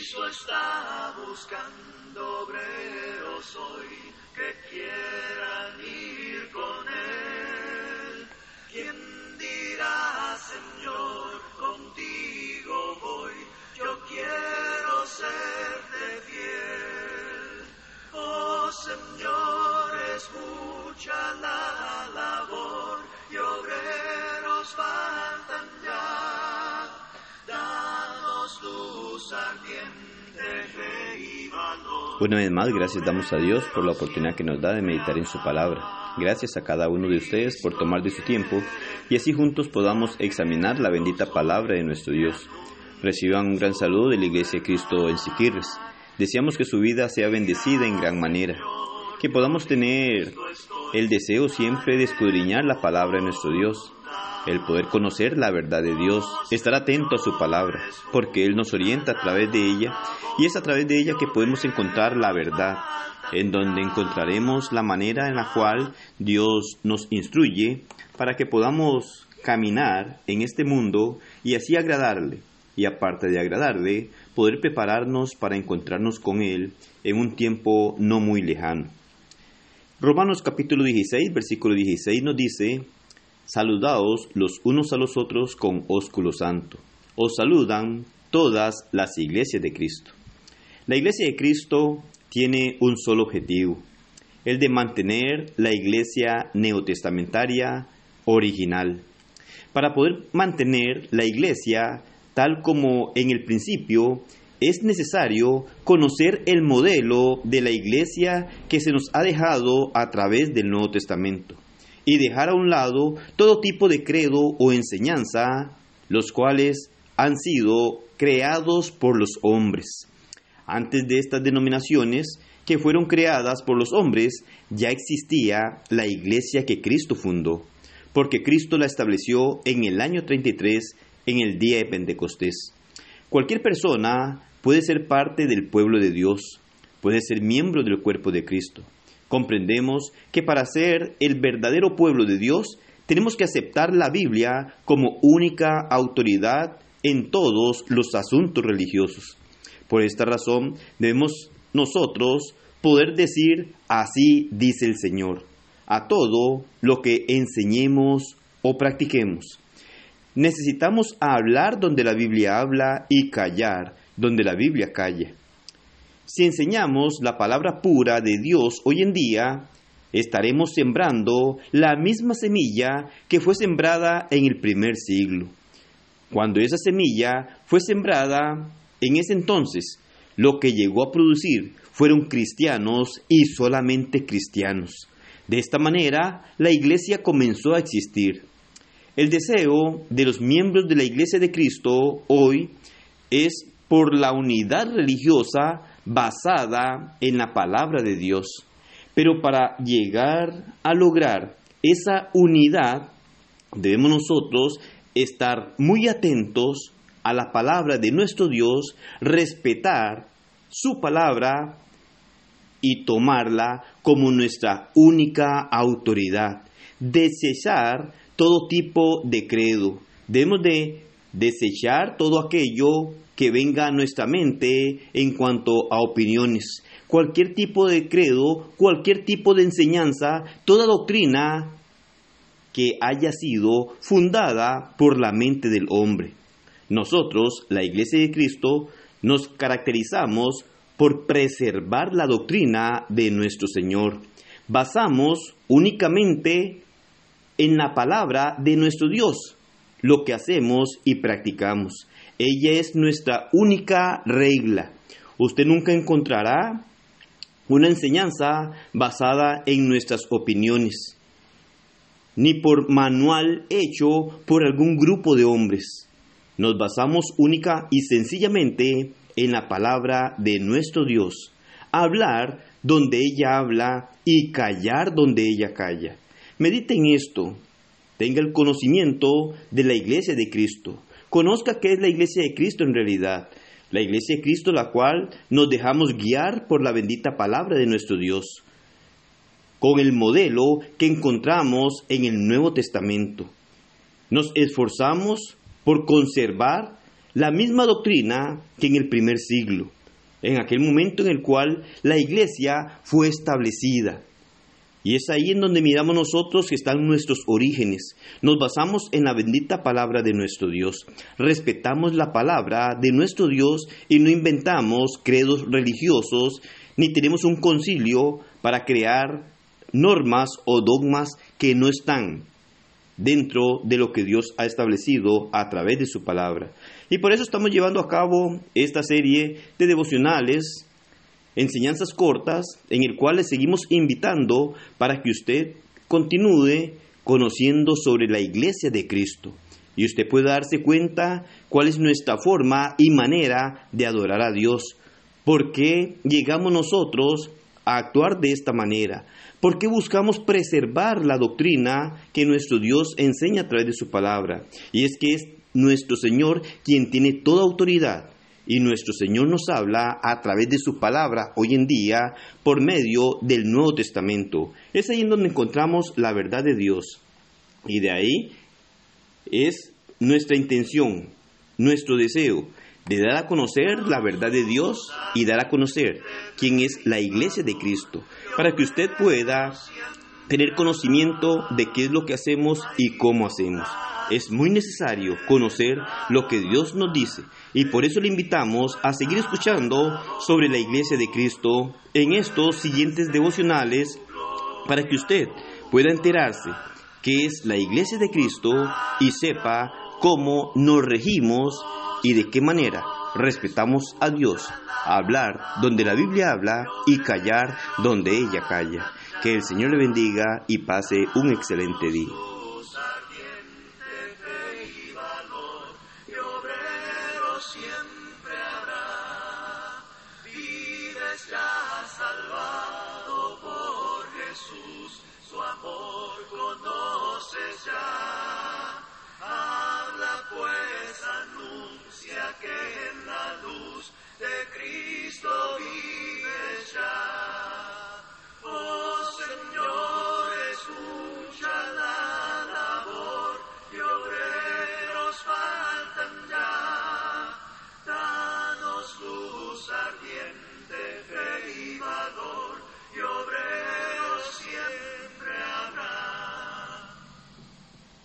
Cristo está buscando obreros hoy que quieran ir con Él. ¿Quién dirá, Señor, contigo voy? Yo quiero serte fiel. Oh Señor, escucha la labor y obreros faltan ya. Danos luz ardiente, fe y valor. Una vez más, gracias damos a Dios por la oportunidad que nos da de meditar en su palabra. Gracias a cada uno de ustedes por tomar de su tiempo y así juntos podamos examinar la bendita palabra de nuestro Dios. Reciban un gran saludo de la Iglesia de Cristo en Siquirres. Deseamos que su vida sea bendecida en gran manera, que podamos tener el deseo siempre de escudriñar la palabra de nuestro Dios, el poder conocer la verdad de Dios, estar atento a su palabra, porque Él nos orienta a través de ella, y es a través de ella que podemos encontrar la verdad, en donde encontraremos la manera en la cual Dios nos instruye para que podamos caminar en este mundo y así agradarle, y aparte de agradarle, poder prepararnos para encontrarnos con Él en un tiempo no muy lejano. Romanos capítulo 16, versículo 16 nos dice: saludaos los unos a los otros con ósculo santo. Os saludan todas las iglesias de Cristo. La iglesia de Cristo tiene un solo objetivo, el de mantener la iglesia neotestamentaria original. Para poder mantener la iglesia tal como en el principio, es necesario conocer el modelo de la iglesia que se nos ha dejado a través del Nuevo Testamento y dejar a un lado todo tipo de credo o enseñanza, los cuales han sido creados por los hombres. Antes de estas denominaciones que fueron creadas por los hombres, ya existía la iglesia que Cristo fundó, porque Cristo la estableció en el año 33, en el día de Pentecostés. Cualquier persona puede ser parte del pueblo de Dios, puede ser miembro del cuerpo de Cristo. Comprendemos que para ser el verdadero pueblo de Dios, tenemos que aceptar la Biblia como única autoridad en todos los asuntos religiosos. Por esta razón, debemos nosotros poder decir: así dice el Señor, a todo lo que enseñemos o practiquemos. Necesitamos hablar donde la Biblia habla y callar donde la Biblia calla. Si enseñamos la palabra pura de Dios hoy en día, estaremos sembrando la misma semilla que fue sembrada en el primer siglo. Cuando esa semilla fue sembrada, en ese entonces, lo que llegó a producir fueron cristianos y solamente cristianos. De esta manera, la iglesia comenzó a existir. El deseo de los miembros de la Iglesia de Cristo hoy es por la unidad religiosa basada en la palabra de Dios. Pero para llegar a lograr esa unidad, debemos nosotros estar muy atentos a la palabra de nuestro Dios, respetar su palabra y tomarla como nuestra única autoridad. Desechar todo tipo de credo. Debemos de desechar todo aquello que venga a nuestra mente en cuanto a opiniones. Cualquier tipo de credo, cualquier tipo de enseñanza, toda doctrina que haya sido fundada por la mente del hombre. Nosotros, la Iglesia de Cristo, nos caracterizamos por preservar la doctrina de nuestro Señor. Basamos únicamente en la palabra de nuestro Dios, lo que hacemos y practicamos. Ella es nuestra única regla. Usted nunca encontrará una enseñanza basada en nuestras opiniones, ni por manual hecho por algún grupo de hombres. Nos basamos única y sencillamente en la palabra de nuestro Dios. Hablar donde ella habla y callar donde ella calla. Medite en esto, tenga el conocimiento de la Iglesia de Cristo, conozca qué es la Iglesia de Cristo en realidad, la Iglesia de Cristo la cual nos dejamos guiar por la bendita palabra de nuestro Dios, con el modelo que encontramos en el Nuevo Testamento. Nos esforzamos por conservar la misma doctrina que en el primer siglo, en aquel momento en el cual la iglesia fue establecida. Y es ahí en donde miramos nosotros que están nuestros orígenes. Nos basamos en la bendita palabra de nuestro Dios. Respetamos la palabra de nuestro Dios y no inventamos credos religiosos, ni tenemos un concilio para crear normas o dogmas que no están dentro de lo que Dios ha establecido a través de su palabra. Y por eso estamos llevando a cabo esta serie de devocionales, enseñanzas cortas, en el cual le seguimos invitando para que usted continúe conociendo sobre la iglesia de Cristo y usted pueda darse cuenta cuál es nuestra forma y manera de adorar a Dios. ¿Por qué llegamos nosotros a actuar de esta manera? ¿Por qué buscamos preservar la doctrina que nuestro Dios enseña a través de su palabra? Y es que es nuestro Señor quien tiene toda autoridad. Y nuestro Señor nos habla a través de su palabra hoy en día por medio del Nuevo Testamento. Es ahí en donde encontramos la verdad de Dios. Y de ahí es nuestra intención, nuestro deseo de dar a conocer la verdad de Dios y dar a conocer quién es la iglesia de Cristo, para que usted pueda tener conocimiento de qué es lo que hacemos y cómo hacemos. Es muy necesario conocer lo que Dios nos dice y por eso le invitamos a seguir escuchando sobre la iglesia de Cristo en estos siguientes devocionales para que usted pueda enterarse qué es la iglesia de Cristo y sepa cómo nos regimos y de qué manera respetamos a Dios, hablar donde la Biblia habla y callar donde ella calla. Que el Señor le bendiga y pase un excelente día. Siempre habrá, vives ya salvado.